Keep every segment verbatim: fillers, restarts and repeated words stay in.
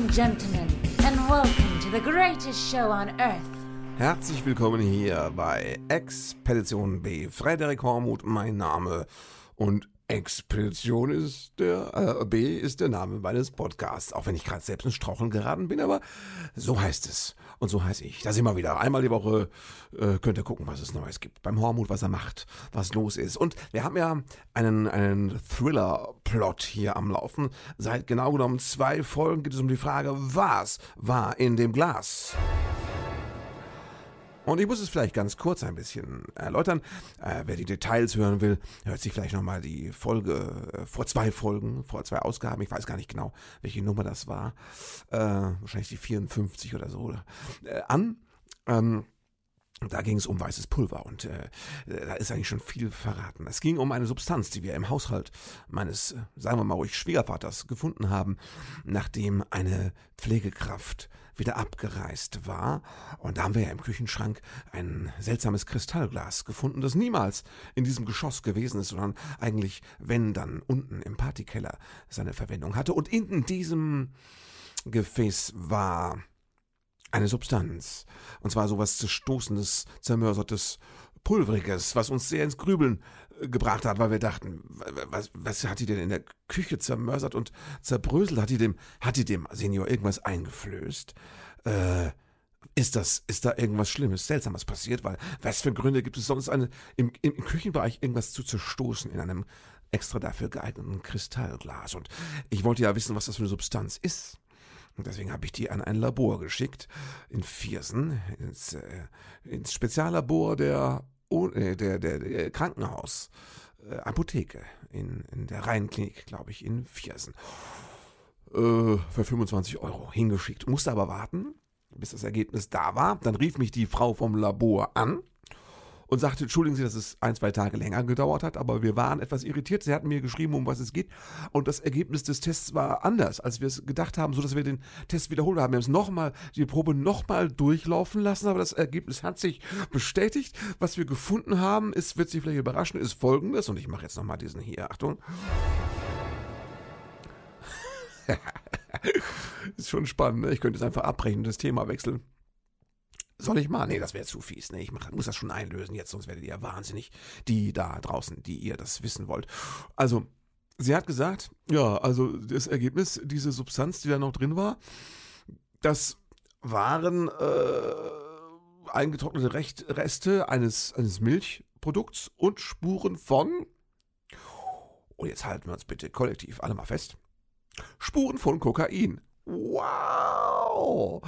and gentlemen, and welcome to the greatest show on earth. Herzlich willkommen hier bei Expedition B. Frederik Hormuth, mein Name. Und Expedition ist der, äh, B ist der Name meines Podcasts. Auch wenn ich gerade selbst ins Straucheln geraten bin, aber so heißt es. Und so heiße ich. Da sind wir wieder. Einmal die Woche äh, könnt ihr gucken, was es Neues gibt. Beim Hormuth, was er macht, was los ist. Und wir haben ja einen, einen Thriller-Plot hier am Laufen. Seit genau genommen zwei Folgen geht es um die Frage, was war in dem Glas? Und ich muss es vielleicht ganz kurz ein bisschen erläutern. Äh, wer die Details hören will, hört sich vielleicht nochmal die Folge äh, vor zwei Folgen, vor zwei Ausgaben, ich weiß gar nicht genau, welche Nummer das war, äh, wahrscheinlich die vierundfünfzig oder so, äh, an. Ähm, Da ging es um weißes Pulver und äh, da ist eigentlich schon viel verraten. Es ging um eine Substanz, die wir im Haushalt meines, äh, sagen wir mal ruhig, Schwiegervaters gefunden haben, nachdem eine Pflegekraft wieder abgereist war. Und da haben wir ja im Küchenschrank ein seltsames Kristallglas gefunden, das niemals in diesem Geschoss gewesen ist, sondern eigentlich, wenn, dann unten im Partykeller seine Verwendung hatte. Und in diesem Gefäß war eine Substanz, und zwar sowas Zerstoßendes, Zermörsertes, Pulveriges, was uns sehr ins Grübeln äh, gebracht hat, weil wir dachten, was, was hat die denn in der Küche zermörsert und zerbröselt? Hat die dem, hat die dem Senior irgendwas eingeflößt? Äh, ist das, ist da irgendwas Schlimmes, Seltsames passiert? Weil, was für Gründe gibt es sonst, eine, im, im, im Küchenbereich irgendwas zu zerstoßen in einem extra dafür geeigneten Kristallglas? Und ich wollte ja wissen, was das für eine Substanz ist. Und deswegen habe ich die an ein Labor geschickt, in Viersen, ins, äh, ins Speziallabor der, äh, der, der, der Krankenhaus, äh, Apotheke, in, in der Rheinklinik, glaube ich, in Viersen. Äh, für fünfundzwanzig Euro hingeschickt. Musste aber warten, bis das Ergebnis da war. Dann rief mich die Frau vom Labor an und sagte, entschuldigen Sie, dass es ein, zwei Tage länger gedauert hat, aber wir waren etwas irritiert. Sie hatten mir geschrieben, um was es geht. Und das Ergebnis des Tests war anders, als wir es gedacht haben, sodass wir den Test wiederholt haben. Wir haben es nochmal, die Probe nochmal durchlaufen lassen, aber das Ergebnis hat sich bestätigt. Was wir gefunden haben, ist, wird Sie vielleicht überraschen, ist Folgendes. Und ich mache jetzt nochmal diesen hier, Achtung. Ist schon spannend, ne? Ich könnte es einfach abbrechen und das Thema wechseln. Soll ich mal? Nee, das wäre zu fies. Nee, ich mach, muss das schon einlösen jetzt, sonst werdet ihr ja wahnsinnig, die da draußen, die ihr das wissen wollt. Also, sie hat gesagt, ja, also das Ergebnis, diese Substanz, die da noch drin war, das waren äh, eingetrocknete Recht, Reste eines, eines Milchprodukts und Spuren von, und jetzt halten wir uns bitte kollektiv alle mal fest, Spuren von Kokain. Wow!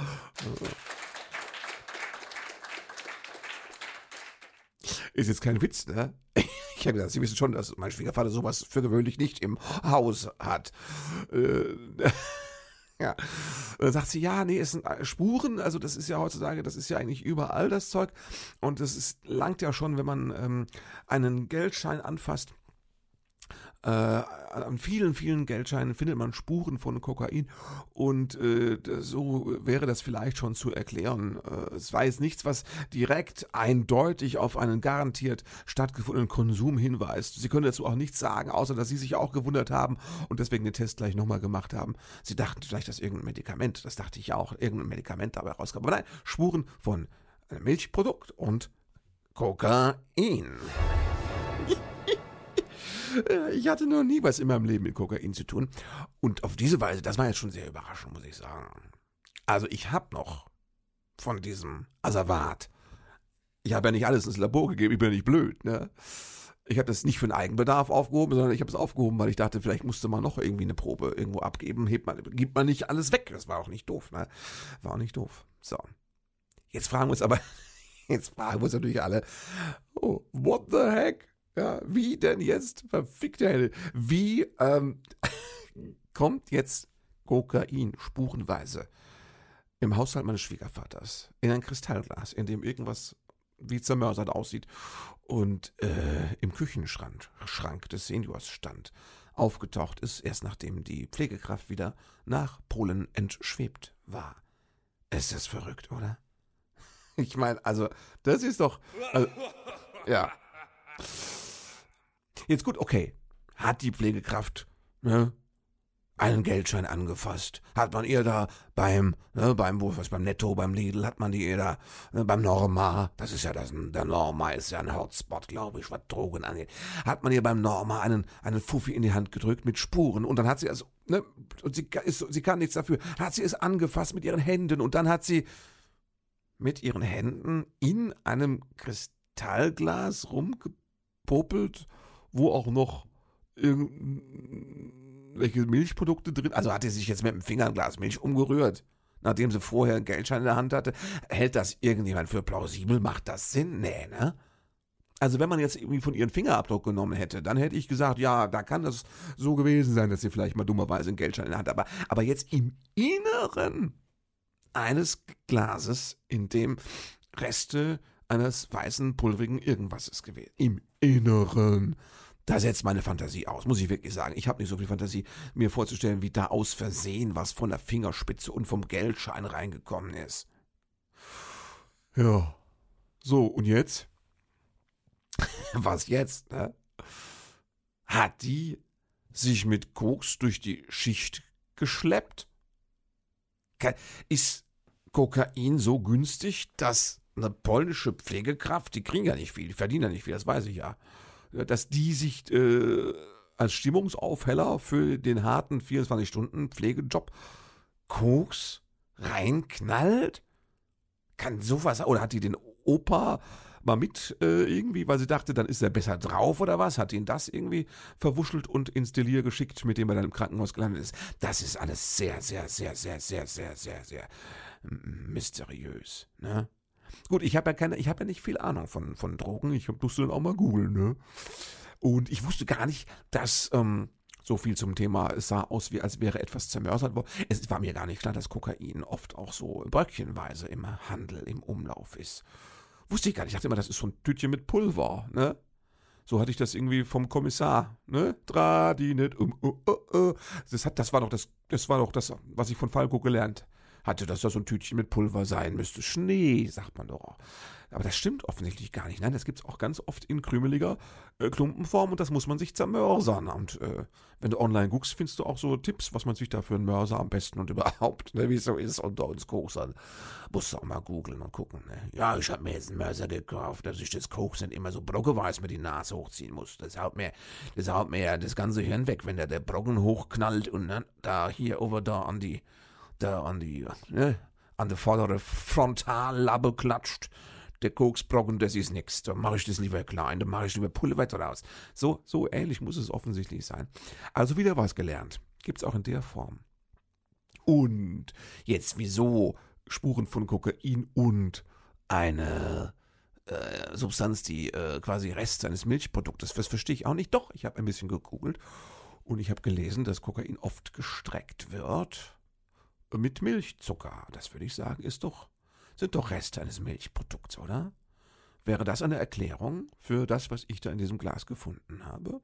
Ist jetzt kein Witz, ne? Ich habe gesagt, Sie wissen schon, dass mein Schwiegervater sowas für gewöhnlich nicht im Haus hat. Äh, ja. Und dann sagt sie, ja, nee, es sind Spuren, also das ist ja heutzutage, das ist ja eigentlich überall das Zeug. Und das ist, langt ja schon, wenn man ähm, einen Geldschein anfasst. Äh, an vielen, vielen Geldscheinen findet man Spuren von Kokain und äh, so wäre das vielleicht schon zu erklären. Äh, es war jetzt nichts, was direkt eindeutig auf einen garantiert stattgefundenen Konsum hinweist. Sie können dazu auch nichts sagen, außer dass Sie sich auch gewundert haben und deswegen den Test gleich nochmal gemacht haben. Sie dachten vielleicht, dass irgendein Medikament, das dachte ich auch, irgendein Medikament dabei rauskam. Aber nein, Spuren von einem Milchprodukt und Kokain. Ich hatte noch nie was in meinem Leben mit Kokain zu tun. Und auf diese Weise, das war jetzt schon sehr überraschend, muss ich sagen. Also ich habe noch von diesem Asservat, ich habe ja nicht alles ins Labor gegeben, ich bin ja nicht blöd, ne? Ich habe das nicht für den Eigenbedarf aufgehoben, sondern ich habe es aufgehoben, weil ich dachte, vielleicht musste man noch irgendwie eine Probe irgendwo abgeben, hebt man, gibt man nicht alles weg. Das war auch nicht doof, ne? War auch nicht doof. So. Jetzt fragen wir uns aber, jetzt fragen wir uns natürlich alle, oh, what the heck? Ja, wie denn jetzt, verfickte Helle, wie ähm, kommt jetzt Kokain spurenweise im Haushalt meines Schwiegervaters in ein Kristallglas, in dem irgendwas wie zermörsert aussieht und äh, im Küchenschrank Schrank des Seniors stand, aufgetaucht ist, erst nachdem die Pflegekraft wieder nach Polen entschwebt war. Es ist verrückt, oder? Ich meine, also, das ist doch, also, ja. Jetzt gut, okay, hat die Pflegekraft, ne, einen Geldschein angefasst. Hat man ihr da beim, ne, beim, wo was, beim Netto, beim Lidl, hat man die ihr da, ne, beim Norma, das ist ja das, der Norma ist ja ein Hotspot, glaube ich, was Drogen angeht, hat man ihr beim Norma einen, einen Fuffi in die Hand gedrückt mit Spuren und dann hat sie also, ne, und sie, ist, sie kann nichts dafür, hat sie es angefasst mit ihren Händen und dann hat sie mit ihren Händen in einem Kristallglas rumgepopelt, wo auch noch irgendwelche Milchprodukte drin, also hat sie sich jetzt mit dem Finger ein Glas Milch umgerührt, nachdem sie vorher einen Geldschein in der Hand hatte. Hält das irgendjemand für plausibel? Macht das Sinn? Nee, ne? Also wenn man jetzt irgendwie von ihren Fingerabdruck genommen hätte, dann hätte ich gesagt, ja, da kann das so gewesen sein, dass sie vielleicht mal dummerweise einen Geldschein in der Hand hat. Aber, aber jetzt im Inneren eines Glases, in dem Reste eines weißen, pulverigen Irgendwases gewesen. Im Inneren. Da setzt meine Fantasie aus, muss ich wirklich sagen. Ich habe nicht so viel Fantasie, mir vorzustellen, wie da aus Versehen was von der Fingerspitze und vom Geldschein reingekommen ist. Ja. So, und jetzt? Was jetzt, ne? Hat die sich mit Koks durch die Schicht geschleppt? Ist Kokain so günstig, dass eine polnische Pflegekraft, die kriegen ja nicht viel, die verdienen ja nicht viel, das weiß ich ja, dass die sich äh, als Stimmungsaufheller für den harten vierundzwanzig-Stunden-Pflegejob Koks reinknallt? Kann sowas, oder hat die den Opa mal mit äh, irgendwie, weil sie dachte, dann ist er besser drauf oder was? Hat ihn das irgendwie verwuschelt und ins Delir geschickt, mit dem er dann im Krankenhaus gelandet ist? Das ist alles sehr, sehr, sehr, sehr, sehr, sehr, sehr, sehr mysteriös, ne? Gut, ich habe ja keine, ich habe ja nicht viel Ahnung von, von Drogen. Ich musste dann auch mal googeln, ne? Und ich wusste gar nicht, dass ähm, so viel zum Thema, es sah aus, wie als wäre etwas zermörsert worden. Es war mir gar nicht klar, dass Kokain oft auch so bröckchenweise im Handel, im Umlauf ist. Wusste ich gar nicht. Ich dachte immer, das ist so ein Tütchen mit Pulver, ne? So hatte ich das irgendwie vom Kommissar, ne? Dra, die nicht, um, uh, uh, uh. Das hat, das war doch das, das war doch das, was ich von Falco gelernt hatte, dass das so ein Tütchen mit Pulver sein müsste. Schnee, sagt man doch. Aber das stimmt offensichtlich gar nicht. Nein, das gibt es auch ganz oft in krümeliger äh, Klumpenform und das muss man sich zermörsern. Und äh, wenn du online guckst, findest du auch so Tipps, was man sich da für einen Mörser am besten und überhaupt, ne, wie es so ist unter uns Koksern. Musst du auch mal googeln und gucken. Ne? Ja, ich habe mir jetzt einen Mörser gekauft, dass ich das Koksen immer so brockeweiß mit die Nase hochziehen muss. Das haut mir das, haut mir ja das ganze Hirn weg, wenn da der Brocken hochknallt und ne, da hier over da an die da an die, ne, an die vordere Frontallappe klatscht, der Koksbrocken, das ist nix. Da mache ich das lieber klein, da mache ich lieber Pulver draus. So, so ähnlich muss es offensichtlich sein. Also wieder was gelernt. Gibt's auch in der Form. Und jetzt, wieso Spuren von Kokain und eine äh, Substanz, die äh, quasi Rest eines Milchproduktes, das verstehe ich auch nicht. Doch, ich habe ein bisschen gegoogelt und ich habe gelesen, dass Kokain oft gestreckt wird mit Milchzucker. Das würde ich sagen, ist doch, sind doch Reste eines Milchprodukts, oder? Wäre das eine Erklärung für das, was ich da in diesem Glas gefunden habe?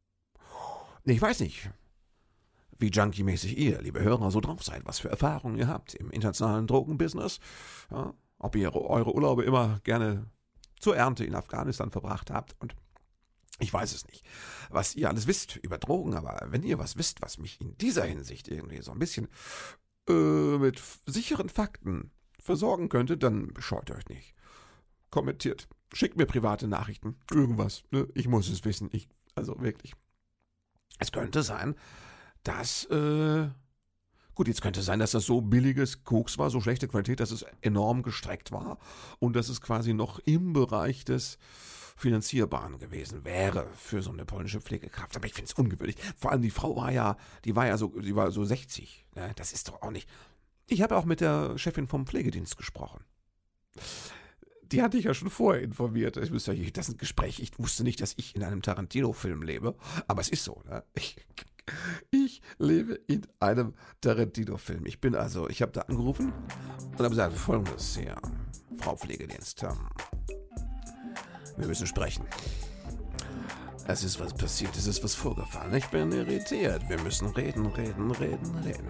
Ich weiß nicht, wie junkie-mäßig ihr, liebe Hörer, so drauf seid, was für Erfahrungen ihr habt im internationalen Drogenbusiness, ja, ob ihr eure Urlaube immer gerne zur Ernte in Afghanistan verbracht habt und ich weiß es nicht, was ihr alles wisst über Drogen, aber wenn ihr was wisst, was mich in dieser Hinsicht irgendwie so ein bisschen äh, mit sicheren Fakten versorgen könnte, dann scheut euch nicht. Kommentiert, schickt mir private Nachrichten, irgendwas, ne? Ich muss es wissen, ich, also wirklich. Es könnte sein, dass, äh, gut, jetzt könnte sein, dass das so billiges Koks war, so schlechte Qualität, dass es enorm gestreckt war und dass es quasi noch im Bereich des Finanzierbaren gewesen wäre für so eine polnische Pflegekraft. Aber ich finde es ungewöhnlich. Vor allem die Frau war ja, die war ja so, die war so sechzig. Ne? Das ist doch auch nicht. Ich habe auch mit der Chefin vom Pflegedienst gesprochen. Die hatte ich ja schon vorher informiert. Ich wusste, das ist ein Gespräch. Ich wusste nicht, dass ich in einem Tarantino-Film lebe. Aber es ist so, ne? Ich, ich lebe in einem Tarantino-Film. Ich bin also, ich habe da angerufen und habe gesagt, folgendes, ja, Frau Pflegedienst, ähm, wir müssen sprechen. Es ist was passiert, es ist was vorgefallen. Ich bin irritiert. Wir müssen reden, reden, reden, reden.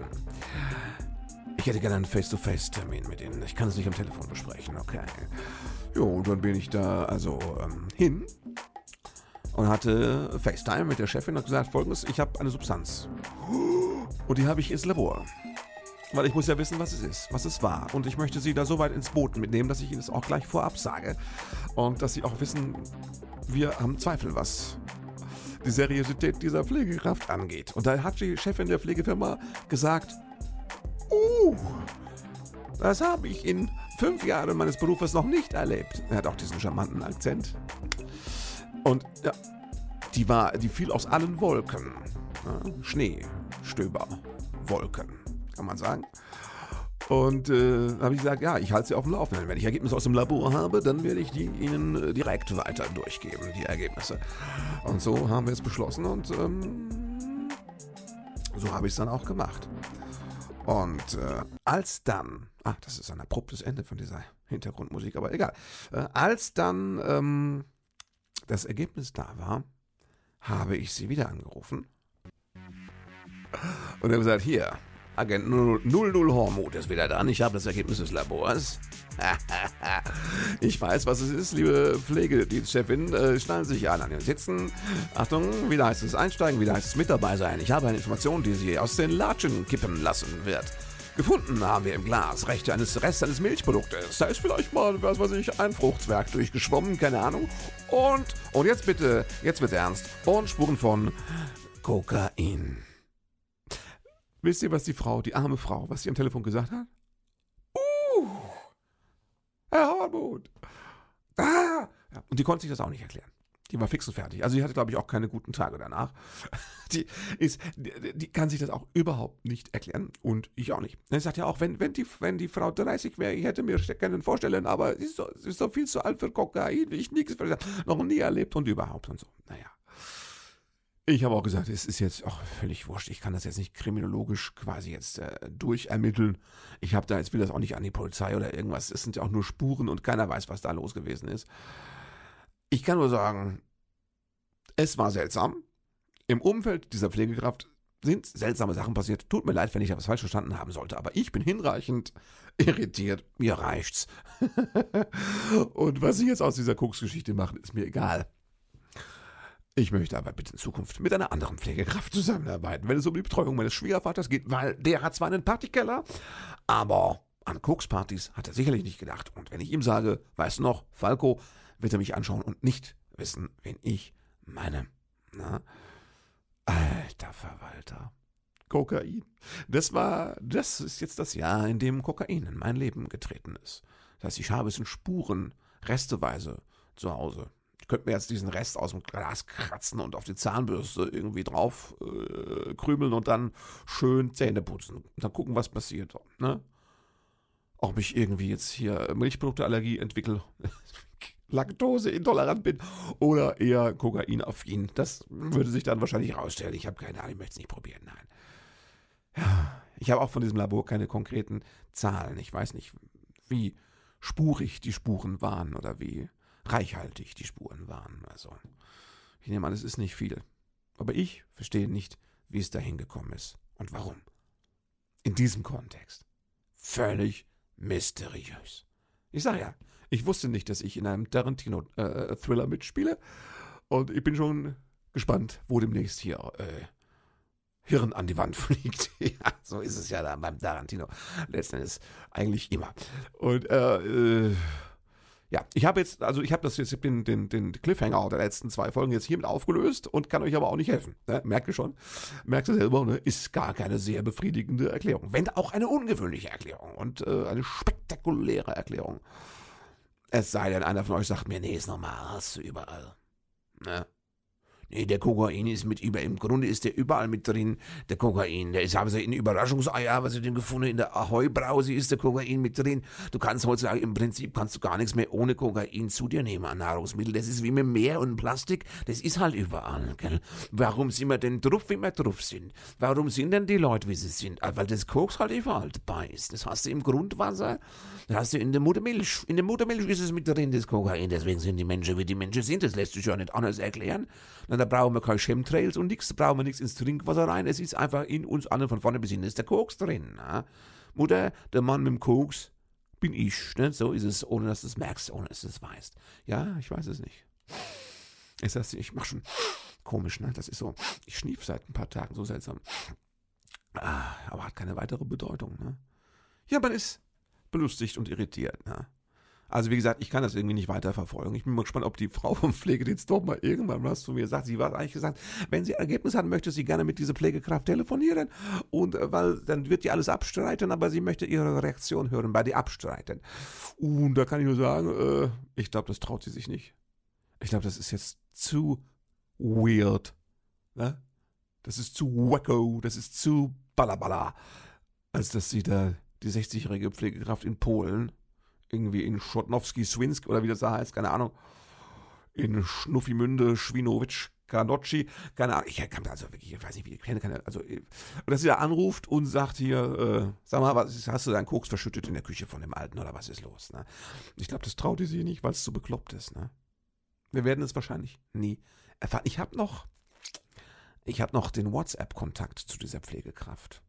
Ich hätte gerne einen Face-to-Face-Termin mit Ihnen. Ich kann es nicht am Telefon besprechen, okay. Jo, und dann bin ich da also ähm, hin und hatte FaceTime mit der Chefin und gesagt, folgendes, ich habe eine Substanz. Und die habe ich ins Labor. Weil ich muss ja wissen, was es ist, was es war. Und ich möchte sie da so weit ins Boot mitnehmen, dass ich ihnen das auch gleich vorab sage. Und dass sie auch wissen, wir haben Zweifel, was die Seriosität dieser Pflegekraft angeht. Und da hat die Chefin der Pflegefirma gesagt, uh, das habe ich in fünf Jahren meines Berufes noch nicht erlebt. Er hat auch diesen charmanten Akzent. Und ja, die war, die fiel aus allen Wolken. Ja, Schnee, Stöber, Wolken, kann man sagen. Und äh, habe ich gesagt, ja, ich halte sie auf dem Laufenden. Wenn ich Ergebnisse aus dem Labor habe, dann werde ich die Ihnen direkt weiter durchgeben, die Ergebnisse. Und so haben wir es beschlossen und ähm, so habe ich es dann auch gemacht. Und äh, als dann, ah, das ist ein abruptes Ende von dieser Hintergrundmusik, aber egal. Äh, als dann ähm, das Ergebnis da war, habe ich sie wieder angerufen und habe gesagt, hier, Agent null null Hormuth ist wieder dran. Ich habe das Ergebnis des Labors. Ich weiß, was es ist, liebe Pflegedienstchefin. Äh, schnallen Sie sich an an den Sitzen. Achtung, wieder heißt es einsteigen, wieder heißt es mit dabei sein. Ich habe eine Information, die Sie aus den Latschen kippen lassen wird. Gefunden haben wir im Glas Rechte eines Rest eines Milchproduktes. Da ist vielleicht mal, was weiß ich, ein Fruchtzwerg durchgeschwommen, keine Ahnung. Und, und jetzt bitte, jetzt wird ernst. Und Spuren von Kokain. Wisst ihr, was die Frau, die arme Frau, was sie am Telefon gesagt hat? Uh, Herr Hormuth. Ah. Ja, und die konnte sich das auch nicht erklären. Die war fix und fertig. Also die hatte, glaube ich, auch keine guten Tage danach. Die, ist, die, die kann sich das auch überhaupt nicht erklären. Und ich auch nicht. Sie sagt ja auch, wenn, wenn, die, wenn die Frau dreißig wäre, ich hätte mir gerne vorstellen, aber sie ist, so, sie ist doch viel zu alt für Kokain. Ich nichts noch nie erlebt und überhaupt und so. Naja. Ich habe auch gesagt, es ist jetzt auch völlig wurscht. Ich kann das jetzt nicht kriminologisch quasi jetzt äh, durchermitteln. Ich habe da jetzt will das auch nicht an die Polizei oder irgendwas. Es sind ja auch nur Spuren und keiner weiß, was da los gewesen ist. Ich kann nur sagen, es war seltsam. Im Umfeld dieser Pflegekraft sind seltsame Sachen passiert. Tut mir leid, wenn ich da was falsch verstanden haben sollte, aber ich bin hinreichend irritiert. Mir reicht's. Und was sie jetzt aus dieser Koksgeschichte machen, ist mir egal. Ich möchte aber bitte in Zukunft mit einer anderen Pflegekraft zusammenarbeiten, wenn es um die Betreuung meines Schwiegervaters geht, weil der hat zwar einen Partykeller, aber an Kokspartys hat er sicherlich nicht gedacht. Und wenn ich ihm sage, weißt du noch, Falco, wird er mich anschauen und nicht wissen, wen ich meine. Na? Alter Verwalter. Kokain. Das war, das ist jetzt das Jahr, in dem Kokain in mein Leben getreten ist. Das heißt, ich habe es in Spuren, resteweise zu Hause. Ich könnte mir jetzt diesen Rest aus dem Glas kratzen und auf die Zahnbürste irgendwie drauf äh, krümeln und dann schön Zähne putzen. Und dann gucken, was passiert. Ne? Ob ich irgendwie jetzt hier Milchprodukteallergie entwickle, Laktoseintolerant bin oder eher kokainaffin. Das würde sich dann wahrscheinlich rausstellen. Ich habe keine Ahnung, ich möchte es nicht probieren, nein. Ja, ich habe auch von diesem Labor keine konkreten Zahlen. Ich weiß nicht, wie spurig die Spuren waren oder wie reichhaltig die Spuren waren. Also, ich nehme an, es ist nicht viel. Aber ich verstehe nicht, wie es dahin gekommen ist und warum. In diesem Kontext. Völlig mysteriös. Ich sage ja, ich wusste nicht, dass ich in einem Tarantino-Thriller äh, mitspiele. Und ich bin schon gespannt, wo demnächst hier äh, Hirn an die Wand fliegt. Ja, so ist es ja da beim Tarantino. Letzten Endes eigentlich immer. Und äh, äh ja, ich habe jetzt, also ich habe das jetzt, den, den, den Cliffhanger der letzten zwei Folgen jetzt hiermit aufgelöst und kann euch aber auch nicht helfen. Ne? Merkt ihr schon? Merkt ihr selber, ne? Ist gar keine sehr befriedigende Erklärung. Wenn auch eine ungewöhnliche Erklärung und äh, eine spektakuläre Erklärung. Es sei denn, einer von euch sagt mir, nee, ist normal, hast du überall. Ne? Nee, der Kokain ist mit über, im Grunde ist der überall mit drin, der Kokain. Der ist, haben sie in Überraschungseier, haben sie den gefunden, in der Ahoi-Brause ist der Kokain mit drin. Du kannst heutzutage, im Prinzip kannst du gar nichts mehr ohne Kokain zu dir nehmen an Nahrungsmittel. Das ist wie mit Meer und Plastik, das ist halt überall, gell. Warum sind wir denn drauf, wie wir drauf sind? Warum sind denn die Leute, wie sie sind? Weil das Koks halt überall dabei ist. Das hast du im Grundwasser, das hast du in der Muttermilch. In der Muttermilch ist es mit drin, das Kokain. Deswegen sind die Menschen, wie die Menschen sind. Das lässt sich ja nicht anders erklären. Da brauchen wir keine Chemtrails und nichts, da brauchen wir nichts ins Trinkwasser rein. Es ist einfach in uns allen von vorne bis hinten ist der Koks drin. Ne? Mutter, der Mann mit dem Koks bin ich. Ne? So ist es, ohne dass du es merkst, ohne dass du es weißt. Ja, ich weiß es nicht. Ich, ich mach schon komisch, ne? Das ist so, ich schnief seit ein paar Tagen so seltsam. Ah, aber hat keine weitere Bedeutung. Ne? Ja, man ist belustigt und irritiert. Ne? Also wie gesagt, ich kann das irgendwie nicht weiterverfolgen. Ich bin mal gespannt, ob die Frau vom Pflegedienst doch mal irgendwann was zu mir sagt. Sie war eigentlich gesagt, wenn sie Ergebnis hat, möchte sie gerne mit dieser Pflegekraft telefonieren. Und äh, weil dann wird die alles abstreiten, aber sie möchte ihre Reaktion hören bei die abstreiten. Und da kann ich nur sagen, äh, ich glaube, das traut sie sich nicht. Ich glaube, das ist jetzt zu weird. Ne? Das ist zu wacko, das ist zu balabala, als dass sie da die sechzigjährige Pflegekraft in Polen, irgendwie in Schotnowski-Swinsk oder wie das da heißt, keine Ahnung, in Schnuffimünde, Schwinowitsch, Kanocci, keine Ahnung, ich kann also wirklich, ich weiß nicht, wie ich kenne, keine, also, und dass sie da anruft und sagt hier, äh, sag mal, was ist, hast du deinen Koks verschüttet in der Küche von dem Alten oder was ist los, ne? Ich glaube, das traut sie nicht, weil es so bekloppt ist, ne? Wir werden es wahrscheinlich nie erfahren. Ich habe noch Ich habe noch den WhatsApp-Kontakt zu dieser Pflegekraft.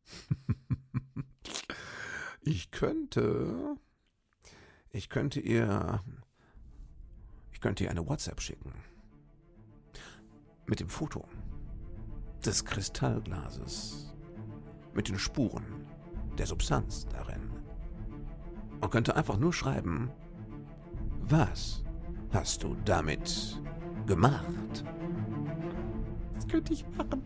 ich könnte, ich könnte ihr, ich könnte ihr eine WhatsApp schicken. Mit dem Foto des Kristallglases. Mit den Spuren der Substanz darin. Und könnte einfach nur schreiben, was hast du damit gemacht? Könnte ich machen.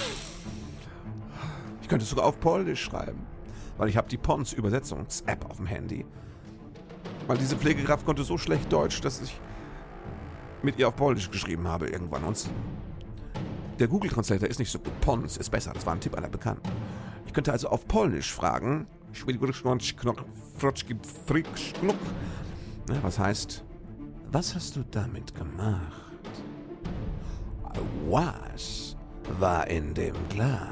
Ich könnte es sogar auf Polnisch schreiben, weil ich habe die Pons-Übersetzungs-App auf dem Handy. Weil diese Pflegekraft konnte so schlecht Deutsch, dass ich mit ihr auf Polnisch geschrieben habe irgendwann. Und der Google Translator ist nicht so gut. Pons ist besser, das war ein Tipp einer Bekannten. Ich könnte also auf Polnisch fragen, was heißt, was hast du damit gemacht? Was war in dem Glas?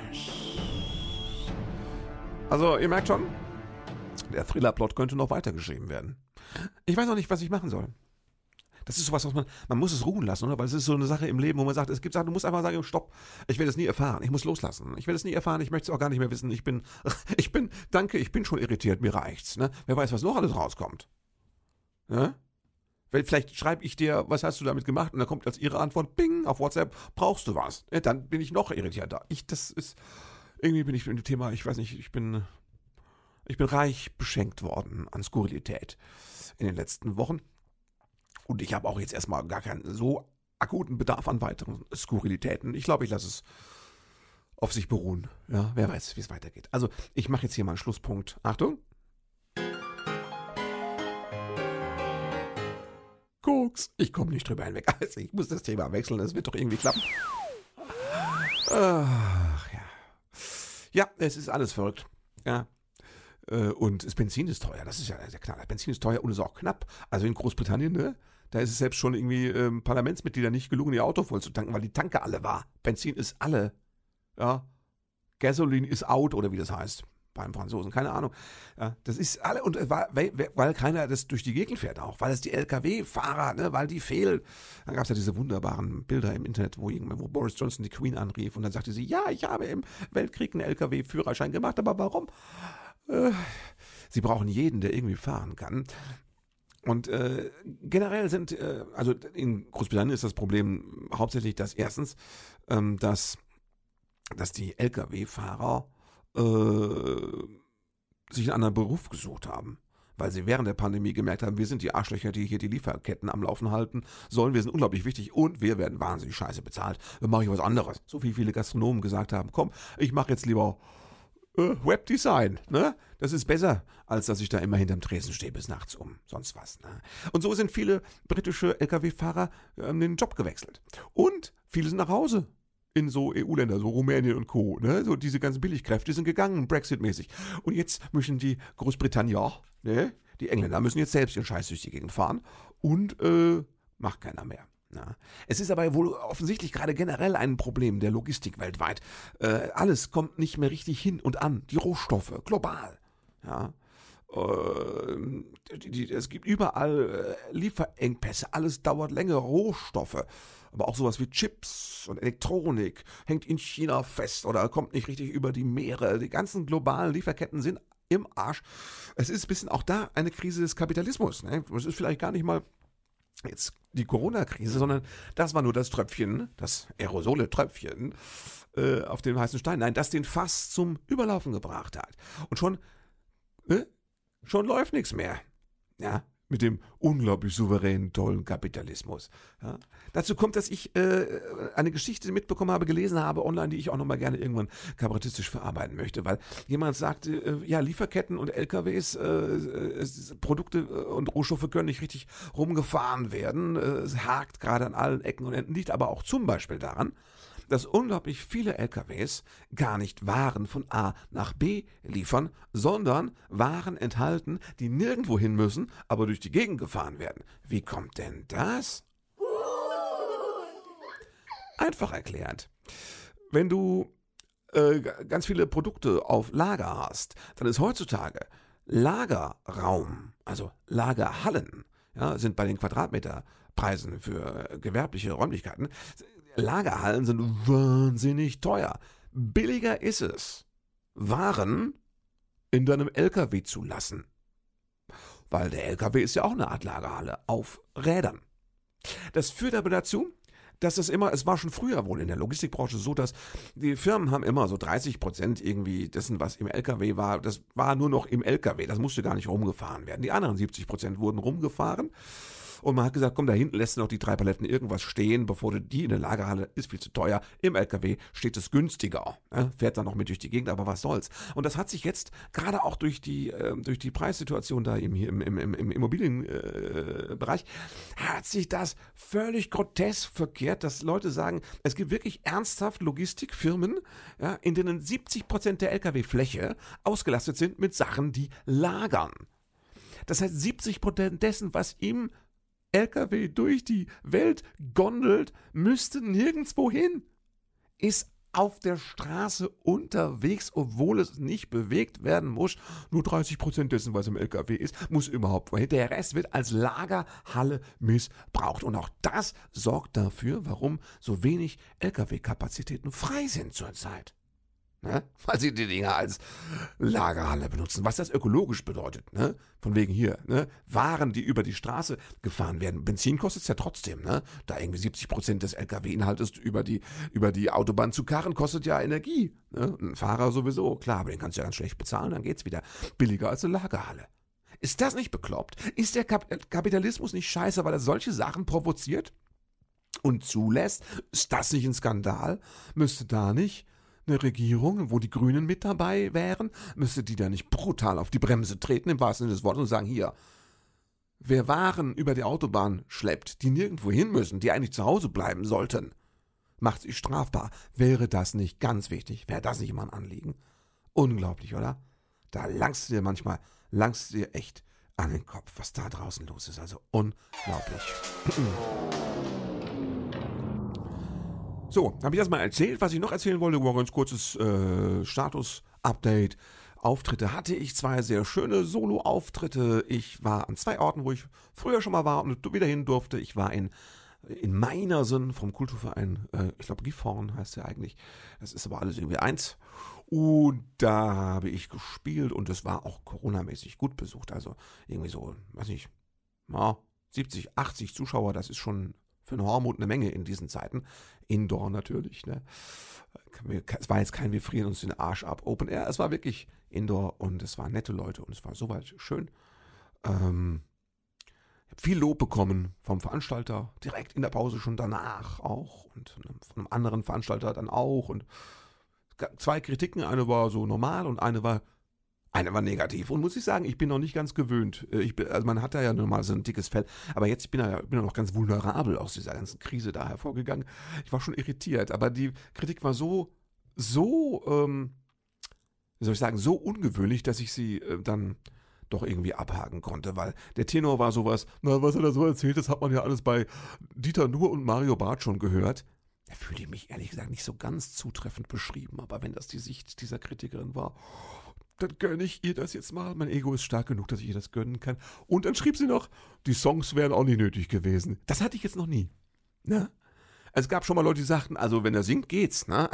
Also, ihr merkt schon, der Thriller-Plot könnte noch weitergeschrieben werden. Ich weiß noch nicht, was ich machen soll. Das ist sowas, was man, man muss es ruhen lassen, oder? Weil es ist so eine Sache im Leben, wo man sagt, es gibt Sachen, du musst einfach sagen, stopp, ich werde es nie erfahren, ich muss loslassen. Ich werde es nie erfahren, ich möchte es auch gar nicht mehr wissen. Ich bin, ich bin, danke, ich bin schon irritiert, mir reicht's. Ne? Wer weiß, was noch alles rauskommt. Ne? Vielleicht schreibe ich dir, was hast du damit gemacht? Und dann kommt als ihre Antwort, ping, auf WhatsApp, brauchst du was? Ja, dann bin ich noch irritierter. Ich, das ist, irgendwie bin ich in dem Thema, ich weiß nicht, ich bin, ich bin reich beschenkt worden an Skurrilität in den letzten Wochen. Und ich habe auch jetzt erstmal gar keinen so akuten Bedarf an weiteren Skurrilitäten. Ich glaube, ich lasse es auf sich beruhen. Ja, wer weiß, wie es weitergeht. Also, ich mache jetzt hier mal einen Schlusspunkt. Achtung. Koks. Ich komme nicht drüber hinweg. Also ich muss das Thema wechseln, das wird doch irgendwie klappen. Ach ja. Ja, es ist alles verrückt. Ja. Und das Benzin ist teuer. Das ist ja sehr klar. Das Benzin ist teuer und ist auch knapp. Also in Großbritannien, ne? Da ist es selbst schon irgendwie ähm, Parlamentsmitgliedern nicht gelungen, ihr Auto voll zu tanken, weil die Tanke alle war. Benzin ist alle. Ja. Gasoline ist out oder wie das heißt. Beim Franzosen, keine Ahnung. Ja, das ist alle, und weil, weil keiner das durch die Gegend fährt auch, weil es die L K W-Fahrer, ne, weil die fehlen. Dann gab es ja diese wunderbaren Bilder im Internet, wo, wo Boris Johnson die Queen anrief und dann sagte sie, ja, ich habe im Weltkrieg einen L K W-Führerschein gemacht, aber warum? Äh, sie brauchen jeden, der irgendwie fahren kann. Und äh, generell sind, äh, also in Großbritannien ist das Problem hauptsächlich, dass erstens, ähm, dass, dass die L K W-Fahrer sich einen anderen Beruf gesucht haben, weil sie während der Pandemie gemerkt haben, wir sind die Arschlöcher, die hier die Lieferketten am Laufen halten sollen, wir sind unglaublich wichtig und wir werden wahnsinnig scheiße bezahlt, dann mache ich was anderes. So wie viele Gastronomen gesagt haben, komm, ich mache jetzt lieber äh, Webdesign, ne? Das ist besser, als dass ich da immer hinterm Tresen stehe bis nachts um, sonst was. Ne? Und so sind viele britische L K W-Fahrer ähm, den Job gewechselt und viele sind nach Hause. In so E U-Länder, so Rumänien und Co. Ne? So diese ganzen Billigkräfte sind gegangen, Brexit-mäßig. Und jetzt müssen die Großbritannier, ne? Die Engländer müssen jetzt selbst ihren Scheiß durch die Gegend fahren und äh, macht keiner mehr. Na? Es ist aber wohl offensichtlich gerade generell ein Problem der Logistik weltweit. Äh, alles kommt nicht mehr richtig hin und an. Die Rohstoffe, global. Ja. Äh, die, die, es gibt überall äh, Lieferengpässe, alles dauert länger, Rohstoffe. Aber auch sowas wie Chips und Elektronik hängt in China fest oder kommt nicht richtig über die Meere. Die ganzen globalen Lieferketten sind im Arsch. Es ist ein bisschen auch da eine Krise des Kapitalismus. Ne? Es ist vielleicht gar nicht mal jetzt die Corona-Krise, sondern das war nur das Tröpfchen, das Aerosole-Tröpfchen äh, auf dem heißen Stein. Nein, das den Fass zum Überlaufen gebracht hat. Und schon, äh, schon läuft nichts mehr. Ja, mit dem unglaublich souveränen, tollen Kapitalismus. Ja. Dazu kommt, dass ich äh, eine Geschichte mitbekommen habe, gelesen habe online, die ich auch nochmal gerne irgendwann kabarettistisch verarbeiten möchte, weil jemand sagte, äh, ja, Lieferketten und L K Ws, äh, äh, Produkte und Rohstoffe können nicht richtig rumgefahren werden. Äh, es hakt gerade an allen Ecken und Enden, liegt aber auch zum Beispiel daran, dass unglaublich viele L K Ws gar nicht Waren von A nach B liefern, sondern Waren enthalten, die nirgendwo hin müssen, aber durch die Gegend gefahren werden. Wie kommt denn das? Einfach erklärt. Wenn du äh, ganz viele Produkte auf Lager hast, dann ist heutzutage Lagerraum, also Lagerhallen, ja, sind bei den Quadratmeterpreisen für gewerbliche Räumlichkeiten, Lagerhallen sind wahnsinnig teuer. Billiger ist es, Waren in deinem L K W zu lassen. Weil der L K W ist ja auch eine Art Lagerhalle auf Rädern. Das führt aber dazu, dass es immer, es war schon früher wohl in der Logistikbranche so, dass die Firmen haben immer so dreißig Prozent irgendwie dessen, was im L K W war, das war nur noch im L K W, das musste gar nicht rumgefahren werden. Die anderen siebzig Prozent wurden rumgefahren. Und man hat gesagt, komm, da hinten lässt du noch die drei Paletten irgendwas stehen, bevor du die in der Lagerhalle, ist viel zu teuer. Im L K W steht es günstiger, ne? Fährt dann noch mit durch die Gegend, aber was soll's. Und das hat sich jetzt, gerade auch durch die, äh, durch die Preissituation da im, hier im, im, im Immobilienbereich, äh, hat sich das völlig grotesk verkehrt, dass Leute sagen, es gibt wirklich ernsthaft Logistikfirmen, ja, in denen siebzig Prozent der L K W-Fläche ausgelastet sind mit Sachen, die lagern. Das heißt, siebzig Prozent dessen, was im L K W durch die Welt gondelt, müsste nirgendwo hin. Ist auf der Straße unterwegs, obwohl es nicht bewegt werden muss. Nur dreißig Prozent dessen, was im L K W ist, muss überhaupt wohin. Der Rest wird als Lagerhalle missbraucht. Und auch das sorgt dafür, warum so wenig L K W-Kapazitäten frei sind zurzeit. Ne? Weil sie die Dinger als Lagerhalle benutzen. Was das ökologisch bedeutet, ne? Von wegen hier, ne? Waren, die über die Straße gefahren werden. Benzin kostet es ja trotzdem, ne? Da irgendwie siebzig Prozent des L K W-Inhaltes über die, über die Autobahn zu karren, kostet ja Energie. Ne? Ein Fahrer sowieso, klar, aber den kannst du ja ganz schlecht bezahlen, dann geht's wieder. Billiger als eine Lagerhalle. Ist das nicht bekloppt? Ist der Kap- Kapitalismus nicht scheiße, weil er solche Sachen provoziert und zulässt? Ist das nicht ein Skandal? Müsste da nicht eine Regierung, wo die Grünen mit dabei wären, müsste die da nicht brutal auf die Bremse treten, im wahrsten Sinne des Wortes, und sagen, hier, wer Waren über die Autobahn schleppt, die nirgendwo hin müssen, die eigentlich zu Hause bleiben sollten, macht sich strafbar. Wäre das nicht ganz wichtig? Wäre das nicht immer ein Anliegen? Unglaublich, oder? Da langst du dir manchmal, langst du dir echt an den Kopf, was da draußen los ist. Also unglaublich. So, habe ich das mal erzählt. Was ich noch erzählen wollte, war ein ganz kurzes äh, Status-Update. Auftritte hatte ich, zwei sehr schöne Solo-Auftritte. Ich war an zwei Orten, wo ich früher schon mal war und wieder hin durfte. Ich war in, in Meinersen vom Kulturverein, äh, ich glaube Gifhorn heißt der eigentlich. Das ist aber alles irgendwie eins. Und da habe ich gespielt und es war auch coronamäßig gut besucht. Also irgendwie so, weiß nicht, ja, siebzig, achtzig Zuschauer, das ist schon für einen Hormut eine Menge in diesen Zeiten. Indoor natürlich, ne? Es war jetzt kein Wir frieren uns den Arsch ab Open Air, es war wirklich Indoor und es waren nette Leute und es war soweit schön. Ähm, ich habe viel Lob bekommen vom Veranstalter, direkt in der Pause schon danach auch und von einem anderen Veranstalter dann auch und zwei Kritiken, eine war so normal und eine war Eine war negativ und muss ich sagen, ich bin noch nicht ganz gewöhnt. Ich bin, also man hat da ja normal so ein dickes Fell, aber jetzt bin ich ja bin noch ganz vulnerabel aus dieser ganzen Krise da hervorgegangen. Ich war schon irritiert, aber die Kritik war so, so, ähm, wie soll ich sagen, so ungewöhnlich, dass ich sie äh, dann doch irgendwie abhaken konnte, weil der Tenor war sowas, na, was er da so erzählt, das hat man ja alles bei Dieter Nuhr und Mario Barth schon gehört. Da fühlte ich mich ehrlich gesagt nicht so ganz zutreffend beschrieben, aber wenn das die Sicht dieser Kritikerin war, dann gönne ich ihr das jetzt mal. Mein Ego ist stark genug, dass ich ihr das gönnen kann. Und dann schrieb sie noch, die Songs wären auch nicht nötig gewesen. Das hatte ich jetzt noch nie. Ne? Es gab schon mal Leute, die sagten, also wenn er singt, geht's. Ne?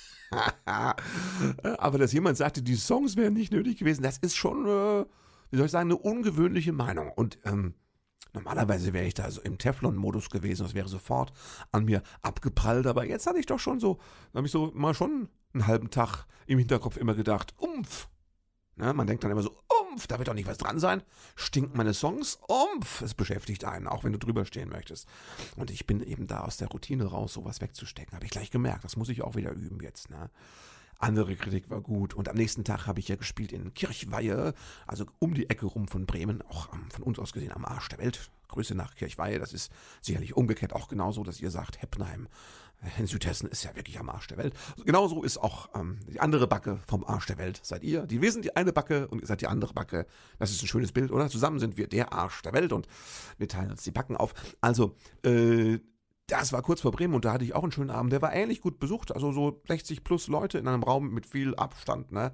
Aber dass jemand sagte, die Songs wären nicht nötig gewesen, das ist schon, äh, wie soll ich sagen, eine ungewöhnliche Meinung. Und ähm, Normalerweise wäre ich da so im Teflon-Modus gewesen, das wäre sofort an mir abgeprallt, aber jetzt hatte ich doch schon so, habe ich so mal schon einen halben Tag im Hinterkopf immer gedacht, Umpf. Ne, man denkt dann immer so, Umpf, da wird doch nicht was dran sein. Stinken meine Songs? Umpf, es beschäftigt einen, auch wenn du drüber stehen möchtest. Und ich bin eben da aus der Routine raus, sowas wegzustecken, habe ich gleich gemerkt, das muss ich auch wieder üben jetzt, ne. Andere Kritik war gut. Und am nächsten Tag habe ich ja gespielt in Kirchweihe, also um die Ecke rum von Bremen, auch ähm, von uns aus gesehen am Arsch der Welt. Grüße nach Kirchweihe, das ist sicherlich umgekehrt auch genauso, dass ihr sagt, Heppenheim in Südhessen ist ja wirklich am Arsch der Welt. Also genauso ist auch ähm, die andere Backe vom Arsch der Welt. Seid ihr, die wir sind die eine Backe und ihr seid die andere Backe. Das ist ein schönes Bild, oder? Zusammen sind wir der Arsch der Welt und wir teilen uns die Backen auf. Also, äh, das war kurz vor Bremen und da hatte ich auch einen schönen Abend. Der war ähnlich gut besucht, also so sechzig plus Leute in einem Raum mit viel Abstand, ne?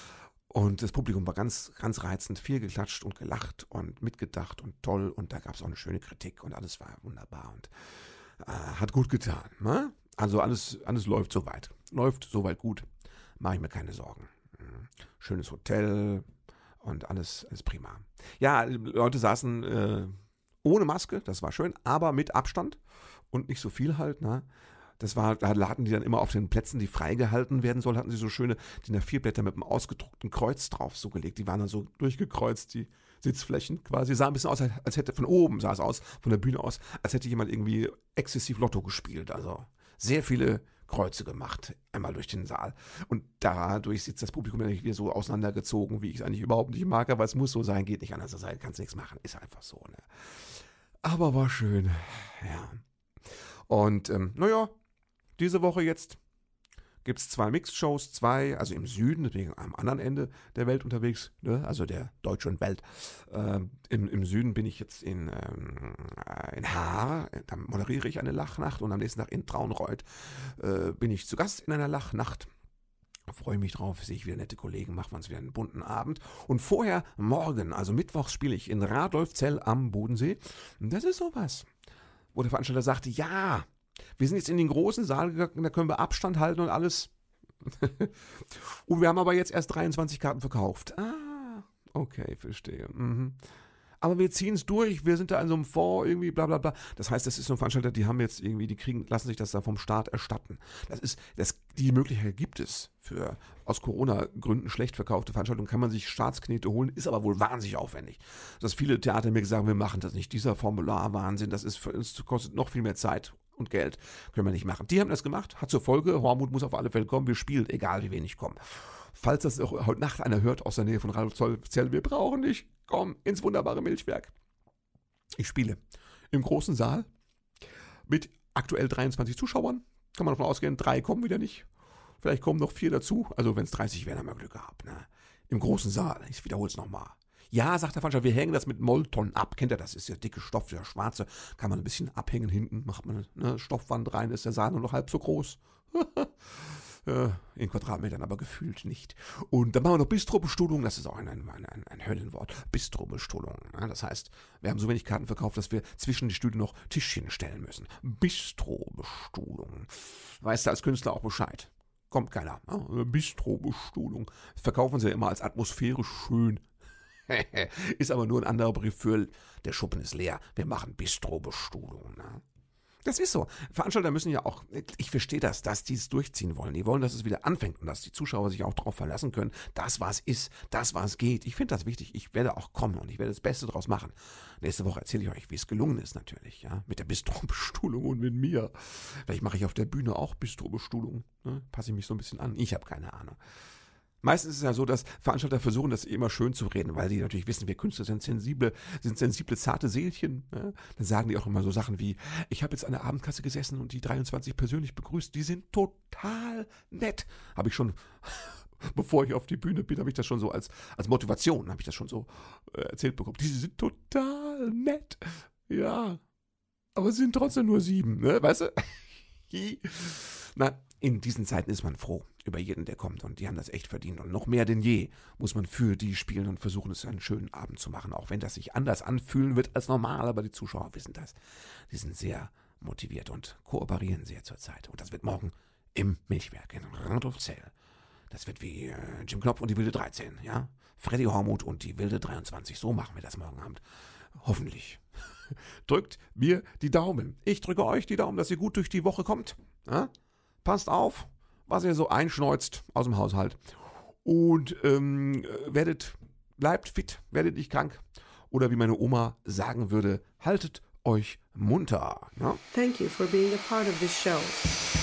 Und das Publikum war ganz, ganz reizend, viel geklatscht und gelacht und mitgedacht und toll und da gab es auch eine schöne Kritik und alles war wunderbar und äh, hat gut getan, ne? Also alles, alles läuft soweit, läuft soweit gut, mache ich mir keine Sorgen. Schönes Hotel und alles, alles prima. Ja, Leute saßen äh, ohne Maske, das war schön, aber mit Abstand. Und nicht so viel halt, ne? Das war, da hatten die dann immer auf den Plätzen, die freigehalten werden sollen, hatten sie so schöne D I N A vier Blätter mit einem ausgedruckten Kreuz drauf so gelegt. Die waren dann so durchgekreuzt, die Sitzflächen quasi. Sah ein bisschen aus, als hätte, von oben sah es aus, von der Bühne aus, als hätte jemand irgendwie exzessiv Lotto gespielt. Also sehr viele Kreuze gemacht, einmal durch den Saal. Und dadurch sitzt das Publikum dann nicht wieder so auseinandergezogen, wie ich es eigentlich überhaupt nicht mag, aber es muss so sein, geht nicht anders. Also kannst nichts machen, ist einfach so, ne? Aber war schön, ja. Und ähm, naja, diese Woche jetzt gibt es zwei Mixed-Shows, zwei, also im Süden, deswegen am anderen Ende der Welt unterwegs, ne? Also der deutschen Welt. Ähm, im, Im Süden bin ich jetzt in, ähm, in Haar, da moderiere ich eine Lachnacht und am nächsten Tag in Traunreuth äh, bin ich zu Gast in einer Lachnacht. Freue mich drauf, sehe ich wieder nette Kollegen, machen wir uns wieder einen bunten Abend. Und vorher, morgen, also mittwochs, spiele ich in Radolfzell am Bodensee. Und das ist sowas, wo der Veranstalter sagte, ja, wir sind jetzt in den großen Saal gegangen, da können wir Abstand halten und alles. Und wir haben aber jetzt erst dreiundzwanzig Karten verkauft. Ah, okay, verstehe. Mhm. Aber wir ziehen es durch, wir sind da in so einem Fonds irgendwie, bla bla bla. Das heißt, das ist so ein Veranstalter, die haben jetzt irgendwie, die kriegen, lassen sich das da vom Staat erstatten. Das ist, das, die Möglichkeit gibt es für aus Corona-Gründen schlecht verkaufte Veranstaltungen, kann man sich Staatsknete holen, ist aber wohl wahnsinnig aufwendig. Dass viele Theater mir sagen, wir machen das nicht. Dieser Formular-Wahnsinn, das ist für uns, kostet noch viel mehr Zeit und Geld, können wir nicht machen. Die haben das gemacht, hat zur Folge, Hormut muss auf alle Fälle kommen, wir spielen, egal wie wenig kommen. Falls das auch heute Nacht einer hört aus der Nähe von Radolfzell, wir brauchen dich, komm ins wunderbare Milchwerk. Ich spiele im großen Saal mit aktuell dreiundzwanzig Zuschauern, kann man davon ausgehen, drei kommen wieder nicht. Vielleicht kommen noch vier dazu, also wenn es dreißig wären, haben wir Glück gehabt. Ne? Im großen Saal, ich wiederhole es nochmal. Ja, sagt der Veranstalter, wir hängen das mit Molton ab. Kennt ihr das? Ist der dicke Stoff, der schwarze. Kann man ein bisschen abhängen hinten, macht man eine Stoffwand rein, ist der Saal nur noch halb so groß. In Quadratmetern, aber gefühlt nicht. Und dann machen wir noch Bistro-Bestuhlung, das ist auch ein, ein, ein, ein Höllenwort. Bistro-Bestuhlung. Ja, das heißt, wir haben so wenig Karten verkauft, dass wir zwischen die Stühle noch Tischchen stellen müssen. Bistro-Bestuhlung. Weißt du als Künstler auch Bescheid? Kommt keiner. Ja, Bistro-Bestuhlung. Das verkaufen sie ja immer als atmosphärisch schön. Ist aber nur ein anderer Begriff für, der Schuppen ist leer. Wir machen Bistro-Bestuhlung. Ne? Das ist so. Veranstalter müssen ja auch, ich verstehe das, dass die es durchziehen wollen. Die wollen, dass es wieder anfängt und dass die Zuschauer sich auch darauf verlassen können, das, was ist, das, was geht. Ich finde das wichtig. Ich werde auch kommen und ich werde das Beste draus machen. Nächste Woche erzähle ich euch, wie es gelungen ist natürlich, ja, mit der Bistro-Bestuhlung und mit mir. Vielleicht mache ich auf der Bühne auch Bistro-Bestuhlung. Ne? Passe ich mich so ein bisschen an. Ich habe keine Ahnung. Meistens ist es ja so, dass Veranstalter versuchen, das immer schön zu reden, weil die natürlich wissen, wir Künstler sind sensible, sind sensible, zarte Seelchen. Ne? Dann sagen die auch immer so Sachen wie, ich habe jetzt an der Abendkasse gesessen und die dreiundzwanzig persönlich begrüßt, die sind total nett. Habe ich schon, bevor ich auf die Bühne bin, habe ich das schon so als, als Motivation, habe ich das schon so äh, erzählt bekommen. Die sind total nett. Ja, aber es sind trotzdem nur sieben, ne? Weißt du? Na, in diesen Zeiten ist man froh über jeden, der kommt und die haben das echt verdient und noch mehr denn je muss man für die spielen und versuchen, es einen schönen Abend zu machen, auch wenn das sich anders anfühlen wird als normal, aber die Zuschauer wissen das. Die sind sehr motiviert und kooperieren sehr zurzeit und das wird morgen im Milchwerk in Radolfzell. Das wird wie äh, Jim Knopf und die wilde dreizehn, ja? Freddy Hormuth und die wilde dreiundzwanzig, so machen wir das morgen Abend. hoffentlich. Drückt mir die Daumen. Ich drücke euch die Daumen, dass ihr gut durch die Woche kommt. Ja? Passt auf, was ihr so einschneuzt aus dem Haushalt. Und ähm, werdet, bleibt fit, werdet nicht krank. Oder wie meine Oma sagen würde, haltet euch munter. Ja? Thank you for being a part of this show.